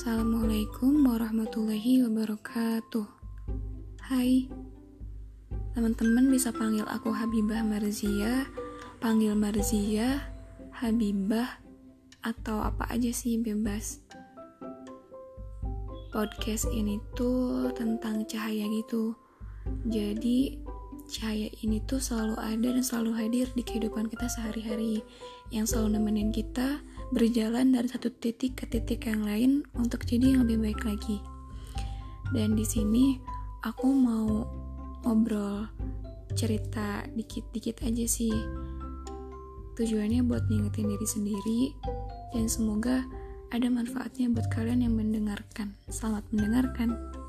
Assalamualaikum warahmatullahi wabarakatuh. Hai, teman-teman bisa panggil aku Habibah Marzia, panggil Marzia, Habibah, atau apa aja sih, bebas. Podcast ini tuh tentang cahaya gitu. Jadi cahaya ini tuh selalu ada dan selalu hadir di kehidupan kita sehari-hari, yang selalu nemenin kita berjalan dari satu titik ke titik yang lain untuk jadi yang lebih baik lagi. Dan di sini aku mau ngobrol, cerita dikit-dikit aja sih. Tujuannya buat ngingetin diri sendiri, dan semoga ada manfaatnya buat kalian yang mendengarkan. Selamat mendengarkan.